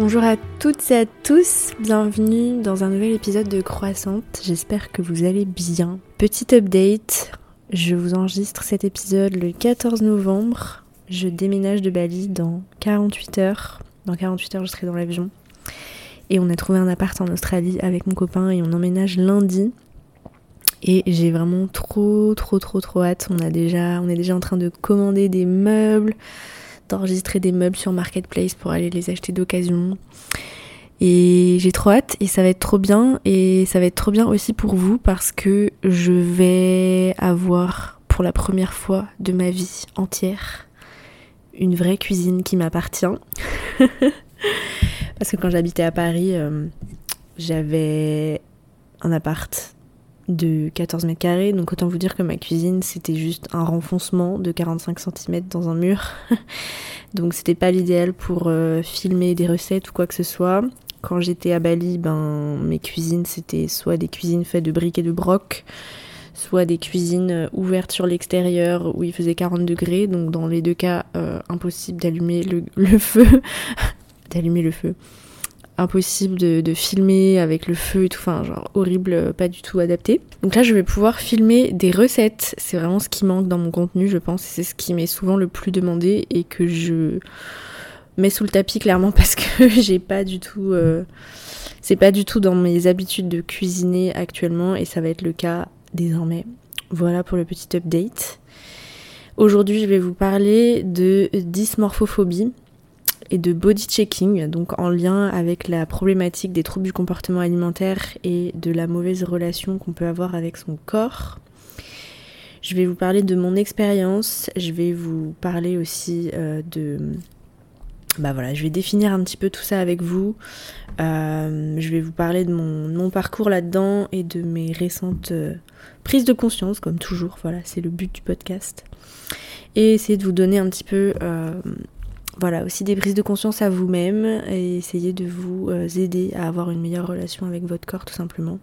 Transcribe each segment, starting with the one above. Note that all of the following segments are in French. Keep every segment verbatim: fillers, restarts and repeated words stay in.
Bonjour à toutes et à tous, bienvenue dans un nouvel épisode de Croissante, j'espère que vous allez bien. Petit update, je vous enregistre cet épisode le quatorze novembre, je déménage de Bali dans quarante-huit heures, dans quarante-huit heures je serai dans l'avion. Et on a trouvé un appart en Australie avec mon copain et on emménage lundi. Et j'ai vraiment trop trop trop trop hâte, on, a déjà, on est déjà en train de commander des meubles, d'enregistrer des meubles sur Marketplace pour aller les acheter d'occasion. Et j'ai trop hâte et ça va être trop bien. Et ça va être trop bien aussi pour vous parce que je vais avoir pour la première fois de ma vie entière une vraie cuisine qui m'appartient. Parce que quand j'habitais à Paris, euh, j'avais un appart de quatorze mètres carrés, donc autant vous dire que ma cuisine c'était juste un renfoncement de quarante-cinq centimètres dans un mur. Donc c'était pas l'idéal pour euh, filmer des recettes ou quoi que ce soit. Quand j'étais à Bali, ben mes cuisines c'était soit des cuisines faites de briques et de broc, soit des cuisines ouvertes sur l'extérieur où il faisait quarante degrés, donc dans les deux cas euh, impossible d'allumer le, le feu. d'allumer le feu. Impossible de, de filmer avec le feu et tout, enfin genre horrible, pas du tout adapté. Donc là je vais pouvoir filmer des recettes, c'est vraiment ce qui manque dans mon contenu je pense, et c'est ce qui m'est souvent le plus demandé et que je mets sous le tapis clairement parce que j'ai pas du tout, euh, c'est pas du tout dans mes habitudes de cuisiner actuellement et ça va être le cas désormais. Voilà pour le petit update. Aujourd'hui je vais vous parler de dysmorphophobie et de body checking, donc en lien avec la problématique des troubles du comportement alimentaire et de la mauvaise relation qu'on peut avoir avec son corps. Je vais vous parler de mon expérience, je vais vous parler aussi euh, de... Bah voilà, je vais définir un petit peu tout ça avec vous. Euh, je vais vous parler de mon, mon parcours là-dedans et de mes récentes euh, prises de conscience, comme toujours, voilà, c'est le but du podcast. Et essayer de vous donner un petit peu... Euh, Voilà, aussi des prises de conscience à vous-même et essayer de vous euh, aider à avoir une meilleure relation avec votre corps tout simplement.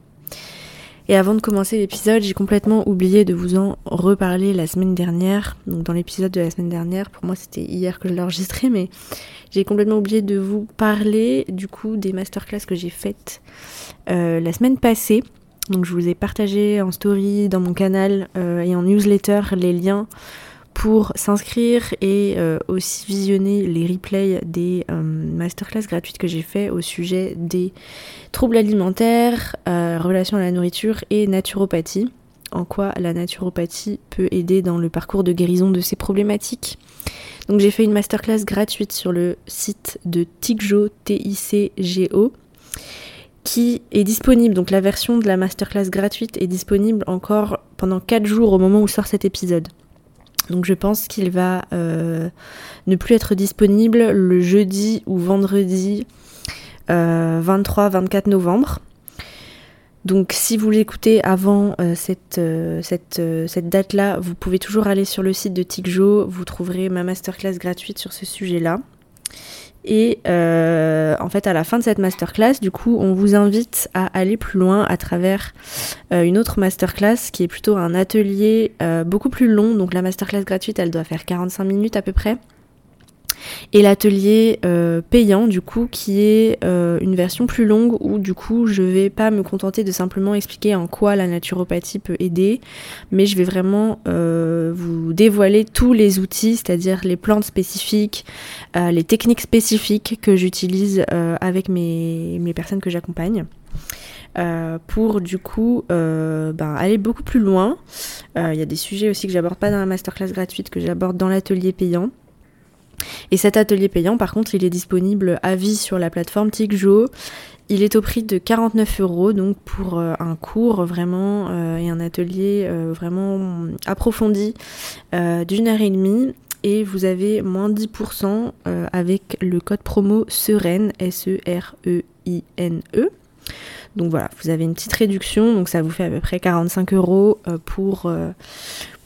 Et avant de commencer l'épisode, j'ai complètement oublié de vous en reparler la semaine dernière. Donc dans l'épisode de la semaine dernière, pour moi c'était hier que je l'ai enregistré, mais j'ai complètement oublié de vous parler du coup des masterclass que j'ai faites euh, la semaine passée. Donc je vous ai partagé en story, dans mon canal euh, et en newsletter les liens pour s'inscrire et euh, aussi visionner les replays des euh, masterclass gratuites que j'ai fait au sujet des troubles alimentaires, euh, relation à la nourriture et naturopathie. En quoi la naturopathie peut aider dans le parcours de guérison de ces problématiques. Donc j'ai fait une masterclass gratuite sur le site de Ticgo, T I C G O, qui est disponible. Donc la version de la masterclass gratuite est disponible encore pendant quatre jours au moment où sort cet épisode. Donc je pense qu'il va euh, ne plus être disponible le jeudi ou vendredi euh, vingt-trois vingt-quatre novembre. Donc si vous l'écoutez avant euh, cette, euh, cette, euh, cette date-là, vous pouvez toujours aller sur le site de Ticgo, vous trouverez ma masterclass gratuite sur ce sujet-là. Et euh, en fait à la fin de cette masterclass, du coup on vous invite à aller plus loin à travers euh, une autre masterclass qui est plutôt un atelier euh, beaucoup plus long. Donc la masterclass gratuite elle doit faire quarante-cinq minutes à peu près. Et l'atelier euh, payant du coup qui est euh, une version plus longue où du coup je vais pas me contenter de simplement expliquer en quoi la naturopathie peut aider, mais je vais vraiment euh, vous dévoiler tous les outils, c'est-à-dire les plantes spécifiques, euh, les techniques spécifiques que j'utilise euh, avec mes, mes personnes que j'accompagne. Euh, pour du coup euh, ben, aller beaucoup plus loin. Il euh, y a des sujets aussi que j'aborde pas dans la masterclass gratuite que j'aborde dans l'atelier payant. Et cet atelier payant, par contre, il est disponible à vie sur la plateforme Ticgo. Il est au prix de quarante-neuf euros, donc pour euh, un cours vraiment euh, et un atelier euh, vraiment approfondi euh, d'une heure et demie. Et vous avez moins dix pour cent euh, avec le code promo SERENE, S E R E I N E. Donc voilà, vous avez une petite réduction, donc ça vous fait à peu près quarante-cinq euros euh, pour, euh,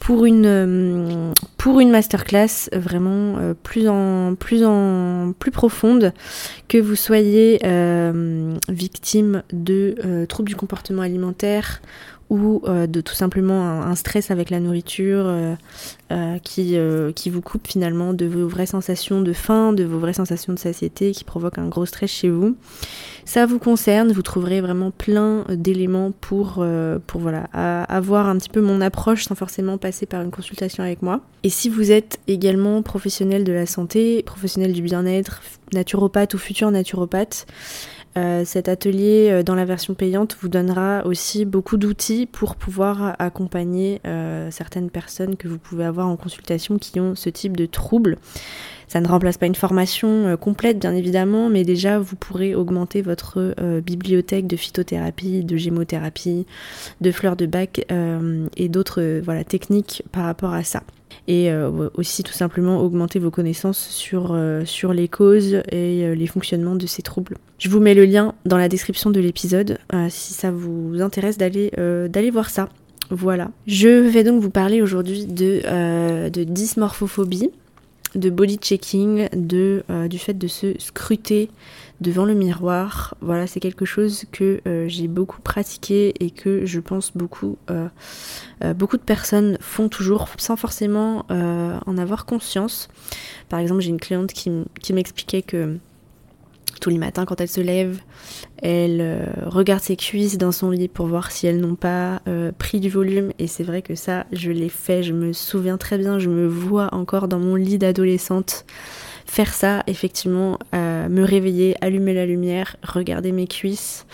pour une, pour une masterclass vraiment euh, plus, en, plus, en, plus profonde, que vous soyez euh, victime de euh, troubles du comportement alimentaire ou euh, de tout simplement un, un stress avec la nourriture euh, euh, qui, euh, qui vous coupe finalement de vos vraies sensations de faim, de vos vraies sensations de satiété, qui provoquent un gros stress chez vous. Ça vous concerne, vous trouverez vraiment plein d'éléments pour, euh, pour voilà, à, avoir un petit peu mon approche sans forcément passer par une consultation avec moi. Et si vous êtes également professionnel de la santé, professionnel du bien-être, naturopathe ou futur naturopathe, Euh, cet atelier euh, dans la version payante vous donnera aussi beaucoup d'outils pour pouvoir accompagner euh, certaines personnes que vous pouvez avoir en consultation qui ont ce type de troubles. Ça ne remplace pas une formation euh, complète bien évidemment, mais déjà vous pourrez augmenter votre euh, bibliothèque de phytothérapie, de gémothérapie, de fleurs de bac euh, et d'autres euh, voilà, techniques par rapport à ça. Et euh, aussi tout simplement augmenter vos connaissances sur, euh, sur les causes et euh, les fonctionnements de ces troubles. Je vous mets le lien dans la description de l'épisode euh, si ça vous intéresse d'aller, euh, d'aller voir ça. Voilà. Je vais donc vous parler aujourd'hui de, euh, de dysmorphophobie, de body checking, de, euh, du fait de se scruter devant le miroir. Voilà, c'est quelque chose que euh, j'ai beaucoup pratiqué et que je pense beaucoup, euh, euh, beaucoup de personnes font toujours sans forcément euh, en avoir conscience. Par exemple, j'ai une cliente qui, m- qui m'expliquait que tous les matins quand elle se lève, elle euh, regarde ses cuisses dans son lit pour voir si elles n'ont pas euh, pris du volume, et c'est vrai que ça, je l'ai fait, je me souviens très bien, je me vois encore dans mon lit d'adolescente faire ça, effectivement, euh, me réveiller, allumer la lumière, regarder mes cuisses,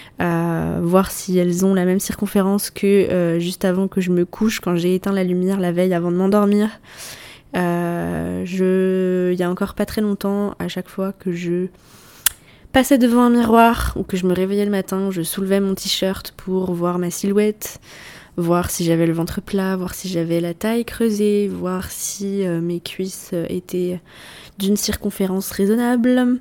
euh, voir si elles ont la même circonférence que euh, juste avant que je me couche, quand j'ai éteint la lumière la veille avant de m'endormir. Euh, je... Il y a encore pas très longtemps, à chaque fois que je passais devant un miroir ou que je me réveillais le matin, je soulevais mon t-shirt pour voir ma silhouette, voir si j'avais le ventre plat, voir si j'avais la taille creusée, voir si euh, mes cuisses étaient d'une circonférence raisonnable.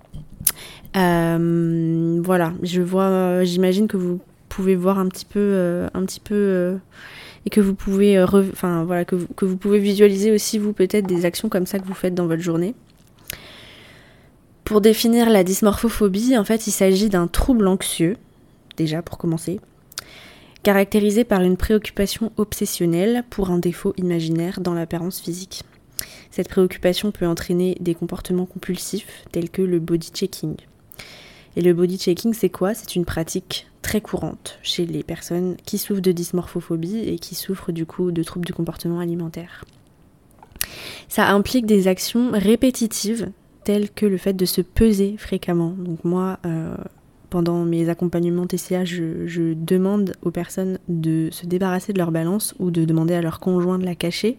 Euh, voilà, je vois, j'imagine que vous pouvez voir un petit peu, euh, un petit peu, euh, et que vous pouvez, euh, re, enfin voilà, que vous, que vous pouvez visualiser aussi vous peut-être des actions comme ça que vous faites dans votre journée. Pour définir la dysmorphophobie, en fait, il s'agit d'un trouble anxieux, déjà pour commencer, caractérisé par une préoccupation obsessionnelle pour un défaut imaginaire dans l'apparence physique. Cette préoccupation peut entraîner des comportements compulsifs tels que le body checking. Et le body checking, c'est quoi ? C'est une pratique très courante chez les personnes qui souffrent de dysmorphophobie et qui souffrent du coup de troubles du comportement alimentaire. Ça implique des actions répétitives telles que le fait de se peser fréquemment. Donc moi, euh, pendant mes accompagnements T C A, je, je demande aux personnes de se débarrasser de leur balance ou de demander à leur conjoint de la cacher.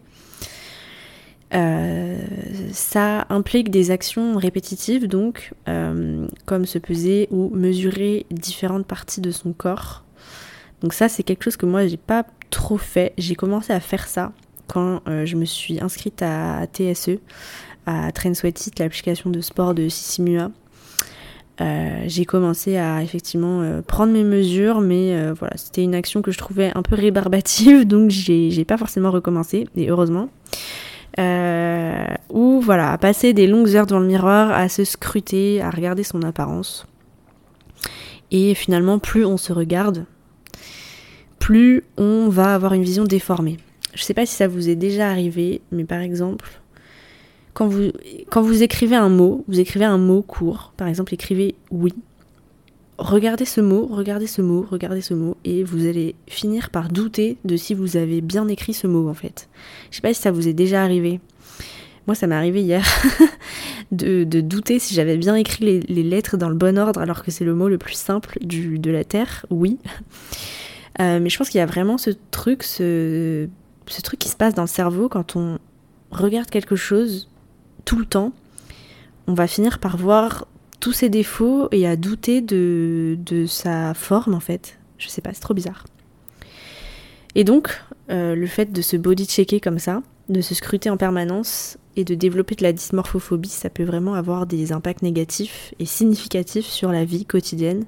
Euh, ça implique des actions répétitives, donc, euh, comme se peser ou mesurer différentes parties de son corps. Donc ça, c'est quelque chose que moi, j'ai pas trop fait. J'ai commencé à faire ça quand euh, je me suis inscrite à T S E, à Train Sweat It, l'application de sport de Sissimua. Euh, j'ai commencé à effectivement euh, prendre mes mesures, mais euh, voilà, c'était une action que je trouvais un peu rébarbative, donc j'ai, j'ai pas forcément recommencé, et heureusement. Euh, ou voilà, à passer des longues heures devant le miroir, à se scruter, à regarder son apparence. Et finalement, plus on se regarde, plus on va avoir une vision déformée. Je sais pas si ça vous est déjà arrivé, mais par exemple, quand vous, quand vous écrivez un mot, vous écrivez un mot court, par exemple écrivez oui, regardez ce mot, regardez ce mot, regardez ce mot, et vous allez finir par douter de si vous avez bien écrit ce mot en fait. Je sais pas si ça vous est déjà arrivé. Moi ça m'est arrivé hier de, de douter si j'avais bien écrit les, les lettres dans le bon ordre alors que c'est le mot le plus simple du, de la Terre, oui. Euh, mais je pense qu'il y a vraiment ce truc, ce, ce truc qui se passe dans le cerveau quand on regarde quelque chose tout le temps, on va finir par voir tous ses défauts et à douter de, de sa forme en fait. Je sais pas, c'est trop bizarre. Et donc, euh, le fait de se body checker comme ça, de se scruter en permanence et de développer de la dysmorphophobie, ça peut vraiment avoir des impacts négatifs et significatifs sur la vie quotidienne.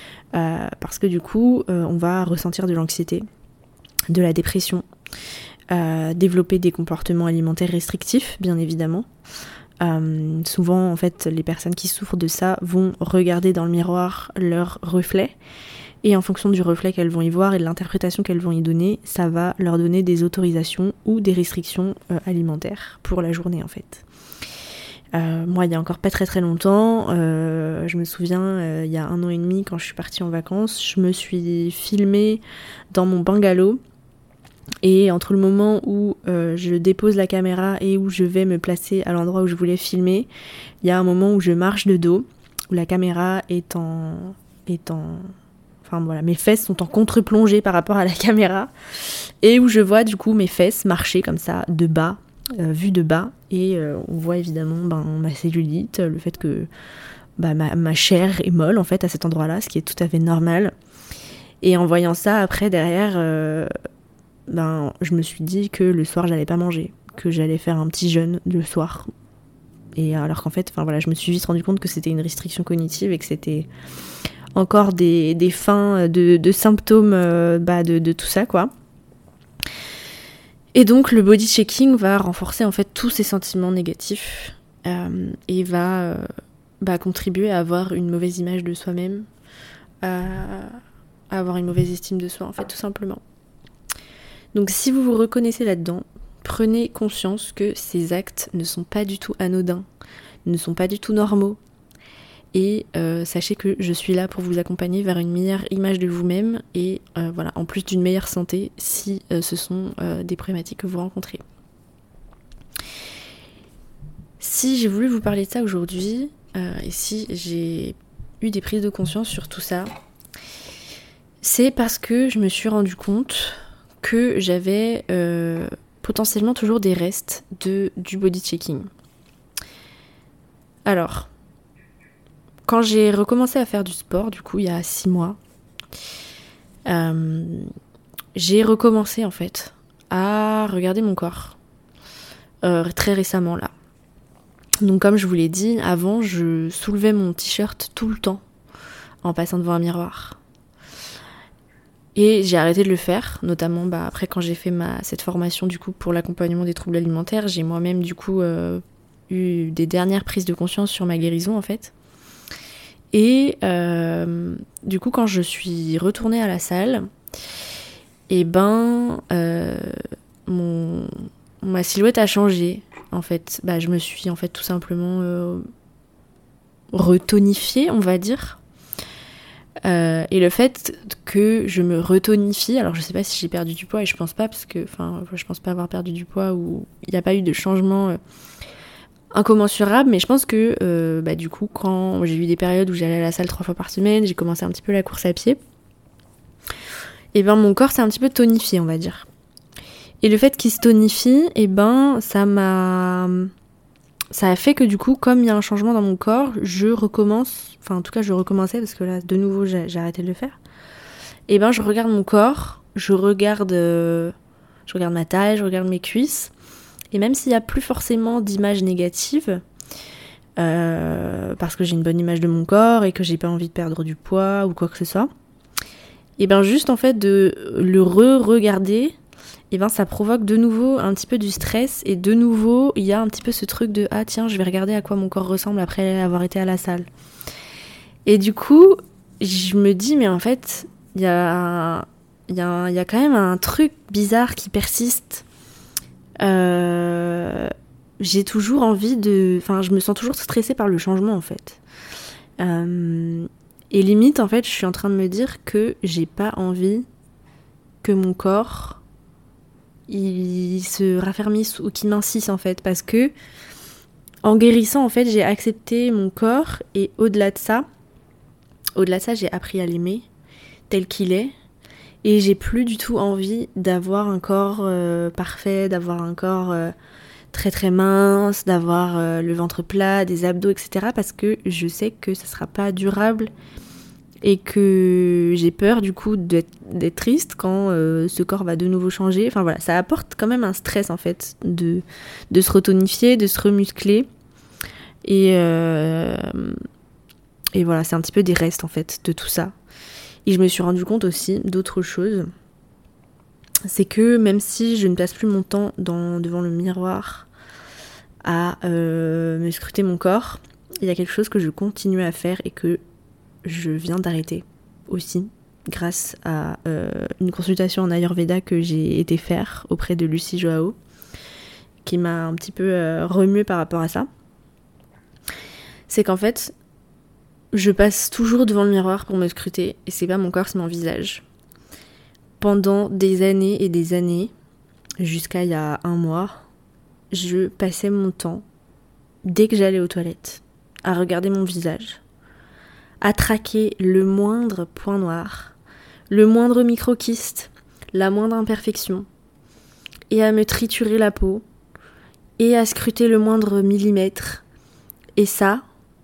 Euh, parce que du coup, euh, on va ressentir de l'anxiété, de la dépression, euh, développer des comportements alimentaires restrictifs, bien évidemment. Euh, souvent, en fait, les personnes qui souffrent de ça vont regarder dans le miroir leur reflet. Et en fonction du reflet qu'elles vont y voir et de l'interprétation qu'elles vont y donner, ça va leur donner des autorisations ou des restrictions euh, alimentaires pour la journée, en fait. Euh, moi, il y a encore pas très très longtemps, euh, je me souviens, euh, il y a un an et demi, quand je suis partie en vacances, je me suis filmée dans mon bungalow. Et entre le moment où euh, je dépose la caméra et où je vais me placer à l'endroit où je voulais filmer, il y a un moment où je marche de dos, où la caméra est en... est en... Enfin voilà, mes fesses sont en contre-plongée par rapport à la caméra, et où je vois du coup mes fesses marcher comme ça, de bas, euh, vue de bas, et euh, on voit évidemment ben, ma cellulite, le fait que bah, ma, ma chair est molle en fait à cet endroit-là, ce qui est tout à fait normal. Et en voyant ça, après derrière... Euh, ben, je me suis dit que le soir j'allais pas manger, que j'allais faire un petit jeûne le soir. Et alors qu'en fait, enfin voilà, je me suis vite rendu compte que c'était une restriction cognitive et que c'était encore des, des fins de, de symptômes euh, bah, de, de tout ça, quoi. Et donc le body checking va renforcer en fait tous ces sentiments négatifs euh, et va euh, bah, contribuer à avoir une mauvaise image de soi-même, à, à avoir une mauvaise estime de soi, en fait, tout simplement. Donc si vous vous reconnaissez là-dedans, prenez conscience que ces actes ne sont pas du tout anodins, ne sont pas du tout normaux. Et euh, sachez que je suis là pour vous accompagner vers une meilleure image de vous-même et euh, voilà, en plus d'une meilleure santé si euh, ce sont euh, des problématiques que vous rencontrez. Si j'ai voulu vous parler de ça aujourd'hui, euh, et si j'ai eu des prises de conscience sur tout ça, c'est parce que je me suis rendu compte que j'avais euh, potentiellement toujours des restes de, du body checking. Alors, quand j'ai recommencé à faire du sport, du coup, il y a six mois, euh, j'ai recommencé en fait à regarder mon corps. Euh, très récemment là. Donc comme je vous l'ai dit, avant, je soulevais mon t-shirt tout le temps en passant devant un miroir. Et j'ai arrêté de le faire, notamment bah, après quand j'ai fait ma, cette formation du coup pour l'accompagnement des troubles alimentaires, j'ai moi-même du coup euh, eu des dernières prises de conscience sur ma guérison en fait. Et euh, du coup quand je suis retournée à la salle, et ben euh, mon, ma silhouette a changé en fait. Bah, je me suis en fait tout simplement euh, retonifiée, on va dire. Euh, et le fait que je me retonifie, alors je sais pas si j'ai perdu du poids et je pense pas parce que, enfin, je pense pas avoir perdu du poids ou il n'y a pas eu de changement euh, incommensurable, mais je pense que euh, bah, du coup quand j'ai eu des périodes où j'allais à la salle trois fois par semaine, j'ai commencé un petit peu la course à pied, et ben mon corps s'est un petit peu tonifié, on va dire. Et le fait qu'il se tonifie, et ben ça m'a... Ça a fait que du coup, comme il y a un changement dans mon corps, je recommence, enfin en tout cas je recommençais parce que là de nouveau j'ai, j'ai arrêté de le faire. Et ben je regarde mon corps, je regarde, euh, je regarde ma taille, je regarde mes cuisses, et même s'il n'y a plus forcément d'image négative, euh, parce que j'ai une bonne image de mon corps et que j'ai pas envie de perdre du poids ou quoi que ce soit, et ben juste en fait de le re-regarder, et ben ça provoque de nouveau un petit peu du stress et de nouveau il y a un petit peu ce truc de ah tiens je vais regarder à quoi mon corps ressemble après avoir été à la salle. Et du coup je me dis mais en fait il y a il y a il y a quand même un truc bizarre qui persiste. Euh, j'ai toujours envie de, enfin je me sens toujours stressée par le changement en fait. Euh, et limite en fait je suis en train de me dire que j'ai pas envie que mon corps il se raffermisse ou qu'il mincisse en fait, parce que en guérissant en fait j'ai accepté mon corps et au-delà de ça au-delà de ça j'ai appris à l'aimer tel qu'il est et j'ai plus du tout envie d'avoir un corps euh, parfait, d'avoir un corps euh, très très mince, d'avoir euh, le ventre plat, des abdos, etc. parce que je sais que ça sera pas durable et que j'ai peur du coup d'être, d'être triste quand euh, ce corps va de nouveau changer. Enfin voilà, ça apporte quand même un stress en fait de, de se retonifier, de se remuscler. Et, euh, et voilà, c'est un petit peu des restes en fait de tout ça. Et je me suis rendu compte aussi d'autres choses. c'est que même si je ne passe plus mon temps dans, devant le miroir à euh, me scruter mon corps, il y a quelque chose que je continue à faire et que je viens d'arrêter aussi, grâce à euh, une consultation en Ayurveda que j'ai été faire auprès de Lucie Joao, qui m'a un petit peu euh, remué par rapport à ça. C'est qu'en fait, je passe toujours devant le miroir pour me scruter, et c'est pas mon corps, c'est mon visage. Pendant des années et des années, jusqu'à il y a un mois, je passais mon temps, dès que j'allais aux toilettes, à regarder mon visage, à traquer le moindre point noir, le moindre microkyste, la moindre imperfection, et à me triturer la peau, et à scruter le moindre millimètre, et ça,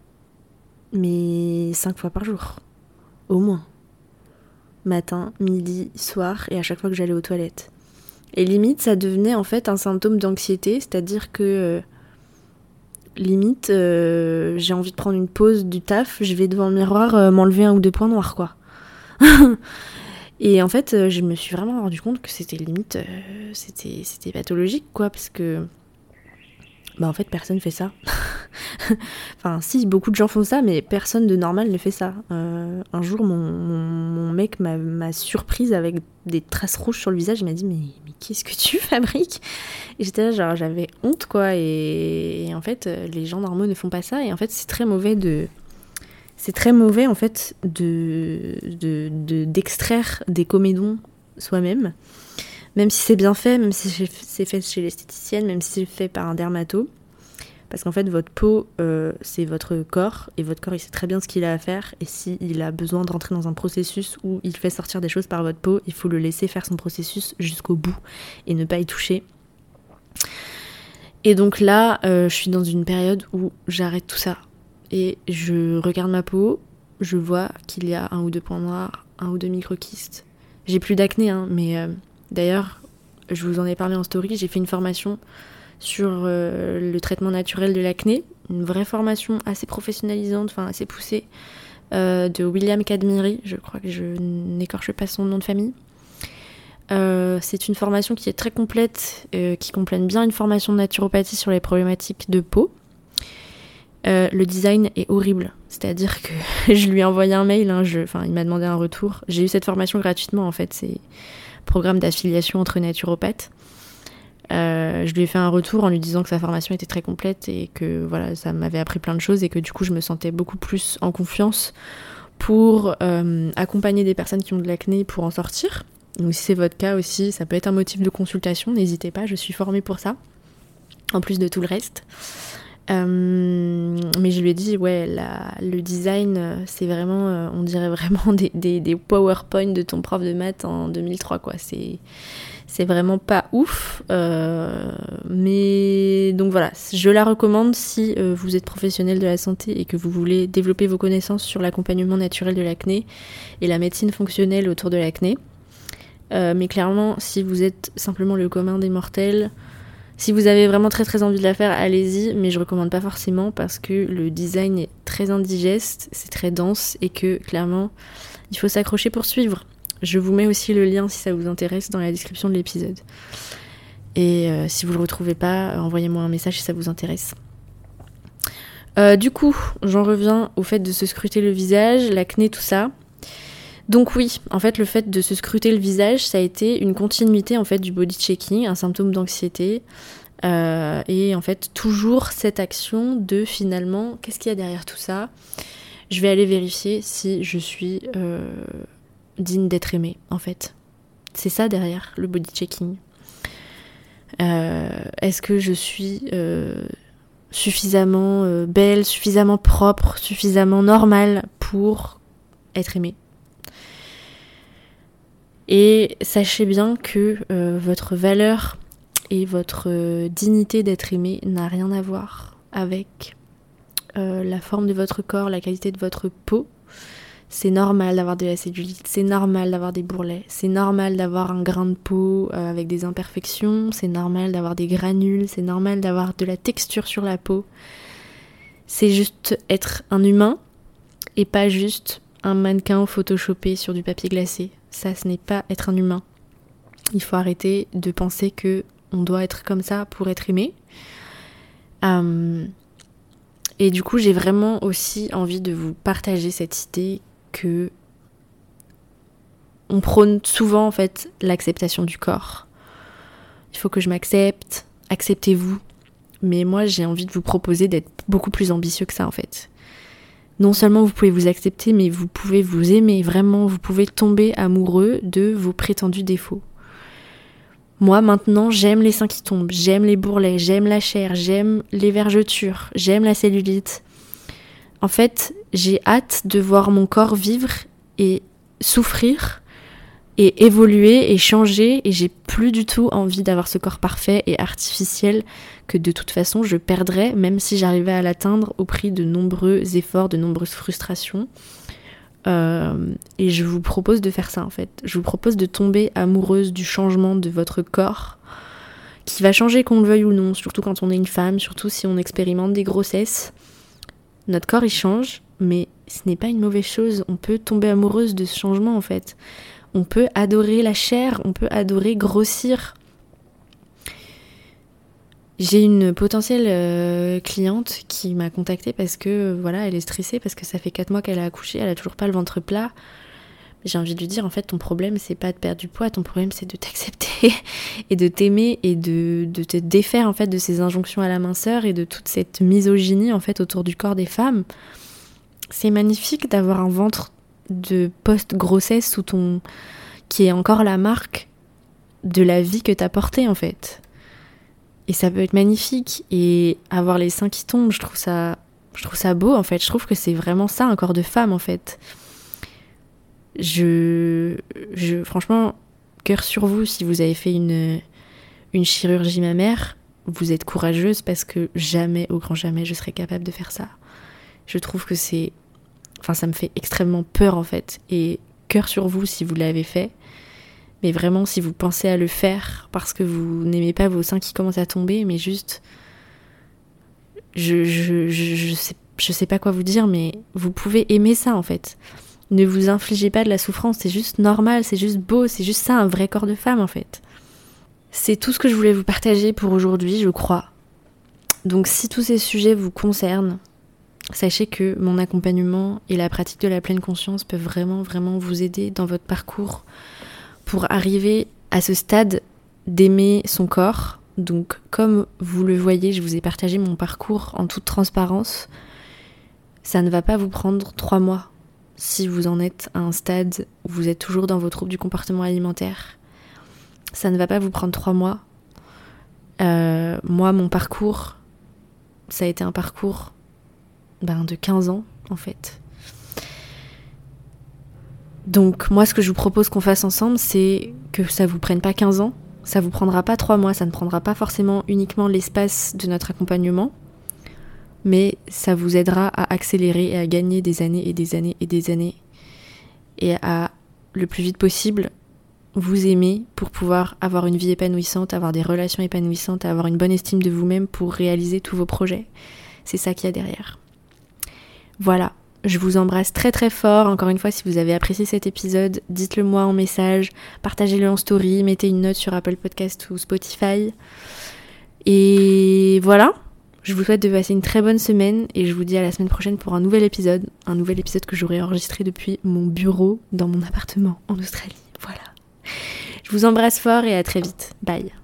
mais cinq fois par jour, au moins. Matin, midi, soir, et à chaque fois que j'allais aux toilettes. Et limite, ça devenait en fait un symptôme d'anxiété, c'est-à-dire que euh, limite, euh, j'ai envie de prendre une pause du taf, je vais devant le miroir euh, m'enlever un ou deux points noirs, quoi. Et en fait, euh, je me suis vraiment rendu compte que c'était limite, euh, c'était, c'était pathologique, quoi, parce que bah en fait personne fait ça. Enfin si, beaucoup de gens font ça, mais personne de normal ne fait ça. Euh, un jour mon, mon, mon mec m'a, m'a surprise avec des traces rouges sur le visage, il m'a dit mais, mais qu'est-ce que tu fabriques? Et j'étais là genre j'avais honte quoi, et, et en fait les gens normaux ne font pas ça, et en fait c'est très mauvais de... C'est très mauvais en fait de, de, de, d'extraire des comédons soi-même. Même si c'est bien fait, même si c'est fait chez l'esthéticienne, même si c'est fait par un dermato. Parce qu'en fait, votre peau, euh, c'est votre corps. Et votre corps, il sait très bien ce qu'il a à faire. Et s'il a besoin de rentrer dans un processus où il fait sortir des choses par votre peau, il faut le laisser faire son processus jusqu'au bout. Et ne pas y toucher. Et donc là, euh, je suis dans une période où j'arrête tout ça. Et je regarde ma peau. Je vois qu'il y a un ou deux points noirs, un ou deux microkystes. J'ai plus d'acné, hein, mais... Euh, D'ailleurs, je vous en ai parlé en story, j'ai fait une formation sur euh, le traitement naturel de l'acné, une vraie formation assez professionnalisante, enfin assez poussée, euh, de William Kadmiri, je crois que je n'écorche pas son nom de famille. Euh, c'est une formation qui est très complète, euh, qui complète bien une formation de naturopathie sur les problématiques de peau. Euh, le design est horrible, c'est-à-dire que je lui ai envoyé un mail, hein, je, enfin, il m'a demandé un retour. J'ai eu cette formation gratuitement en fait, c'est programme d'affiliation entre naturopathes. Euh, je lui ai fait un retour en lui disant que sa formation était très complète et que voilà, ça m'avait appris plein de choses et que du coup je me sentais beaucoup plus en confiance pour euh, accompagner des personnes qui ont de l'acné pour en sortir. Donc si c'est votre cas aussi, ça peut être un motif de consultation, n'hésitez pas, je suis formée pour ça, en plus de tout le reste. Euh, mais je lui ai dit, ouais, la, le design, c'est vraiment, euh, on dirait vraiment des, des, des PowerPoint de ton prof de maths en deux mille trois, quoi. C'est, c'est vraiment pas ouf. Euh, mais donc voilà, je la recommande si euh, vous êtes professionnel de la santé et que vous voulez développer vos connaissances sur l'accompagnement naturel de l'acné et la médecine fonctionnelle autour de l'acné. Euh, mais clairement, si vous êtes simplement le commun des mortels, si vous avez vraiment très très envie de la faire, allez-y, mais je recommande pas forcément parce que le design est très indigeste, c'est très dense et que clairement, il faut s'accrocher pour suivre. Je vous mets aussi le lien si ça vous intéresse dans la description de l'épisode. Et euh, si vous le retrouvez pas, envoyez-moi un message si ça vous intéresse. Euh, du coup, j'en reviens au fait de se scruter le visage, l'acné, tout ça. Donc oui, en fait, le fait de se scruter le visage, ça a été une continuité en fait du body checking, un symptôme d'anxiété, euh, et en fait toujours cette action de finalement, qu'est-ce qu'il y a derrière tout ça ? Je vais aller vérifier si je suis euh, digne d'être aimée, en fait. C'est ça derrière le body checking. Euh, est-ce que je suis euh, suffisamment euh, belle, suffisamment propre, suffisamment normale pour être aimée ? Et sachez bien que euh, votre valeur et votre euh, dignité d'être aimé n'a rien à voir avec euh, la forme de votre corps, la qualité de votre peau. C'est normal d'avoir de la cellulite, c'est normal d'avoir des bourrelets, c'est normal d'avoir un grain de peau euh, avec des imperfections, c'est normal d'avoir des granules, c'est normal d'avoir de la texture sur la peau. C'est juste être un humain et pas juste un mannequin photoshopé sur du papier glacé. Ça, ce n'est pas être un humain. Il faut arrêter de penser que on doit être comme ça pour être aimé. Euh, et du coup, j'ai vraiment aussi envie de vous partager cette idée que on prône souvent en fait l'acceptation du corps. Il faut que je m'accepte, acceptez-vous. Mais moi, j'ai envie de vous proposer d'être beaucoup plus ambitieux que ça en fait. Non seulement vous pouvez vous accepter, mais vous pouvez vous aimer, vraiment, vous pouvez tomber amoureux de vos prétendus défauts. Moi, maintenant, j'aime les seins qui tombent, j'aime les bourrelets, j'aime la chair, j'aime les vergetures, j'aime la cellulite. En fait, j'ai hâte de voir mon corps vivre et souffrir et évoluer et changer, et j'ai plus du tout envie d'avoir ce corps parfait et artificiel que de toute façon je perdrais même si j'arrivais à l'atteindre au prix de nombreux efforts, de nombreuses frustrations. Euh, et je vous propose de faire ça en fait. Je vous propose de tomber amoureuse du changement de votre corps qui va changer qu'on le veuille ou non, surtout quand on est une femme, surtout si on expérimente des grossesses. Notre corps il change, mais ce n'est pas une mauvaise chose. On peut tomber amoureuse de ce changement en fait. On peut adorer la chair, on peut adorer grossir. J'ai une potentielle euh, cliente qui m'a contactée parce que euh, voilà, elle est stressée parce que ça fait quatre mois qu'elle a accouché, elle a toujours pas le ventre plat. J'ai envie de lui dire en fait ton problème c'est pas de perdre du poids, ton problème c'est de t'accepter et de t'aimer et de, de te défaire en fait de ces injonctions à la minceur et de toute cette misogynie en fait autour du corps des femmes. C'est magnifique d'avoir un ventre de post-grossesse sous ton... qui est encore la marque de la vie que t'as portée en fait. Et ça peut être magnifique, et avoir les seins qui tombent, je trouve ça, je trouve ça beau en fait, je trouve que c'est vraiment ça un corps de femme en fait. Je, je franchement, cœur sur vous si vous avez fait une, une chirurgie mammaire, vous êtes courageuse parce que jamais, au grand jamais, je serais capable de faire ça. Je trouve que c'est... Enfin, ça me fait extrêmement peur en fait. Et cœur sur vous si vous l'avez fait. Mais vraiment, si vous pensez à le faire parce que vous n'aimez pas vos seins qui commencent à tomber, mais juste... Je, je, je, je, sais, je sais pas quoi vous dire, mais vous pouvez aimer ça en fait. Ne vous infligez pas de la souffrance, c'est juste normal, c'est juste beau, c'est juste ça, un vrai corps de femme en fait. C'est tout ce que je voulais vous partager pour aujourd'hui, je crois. Donc si tous ces sujets vous concernent, sachez que mon accompagnement et la pratique de la pleine conscience peuvent vraiment, vraiment vous aider dans votre parcours pour arriver à ce stade d'aimer son corps. Donc, comme vous le voyez, je vous ai partagé mon parcours en toute transparence. Ça ne va pas vous prendre trois mois si vous en êtes à un stade où vous êtes toujours dans vos troubles du comportement alimentaire. Ça ne va pas vous prendre trois mois. Euh, moi, mon parcours, ça a été un parcours ben, de quinze ans, en fait. Donc, moi, ce que je vous propose qu'on fasse ensemble, c'est que ça vous prenne pas quinze ans, ça vous prendra pas trois mois, ça ne prendra pas forcément uniquement l'espace de notre accompagnement, mais ça vous aidera à accélérer et à gagner des années et des années et des années, et à, le plus vite possible, vous aimer pour pouvoir avoir une vie épanouissante, avoir des relations épanouissantes, avoir une bonne estime de vous-même pour réaliser tous vos projets. C'est ça qu'il y a derrière. Voilà, je vous embrasse très très fort. Encore une fois, si vous avez apprécié cet épisode, dites-le moi en message, partagez-le en story, mettez une note sur Apple Podcast ou Spotify. Et voilà, je vous souhaite de passer une très bonne semaine et je vous dis à la semaine prochaine pour un nouvel épisode. Un nouvel épisode que j'aurai enregistré depuis mon bureau dans mon appartement en Australie. Voilà. Je vous embrasse fort et à très vite. Bye.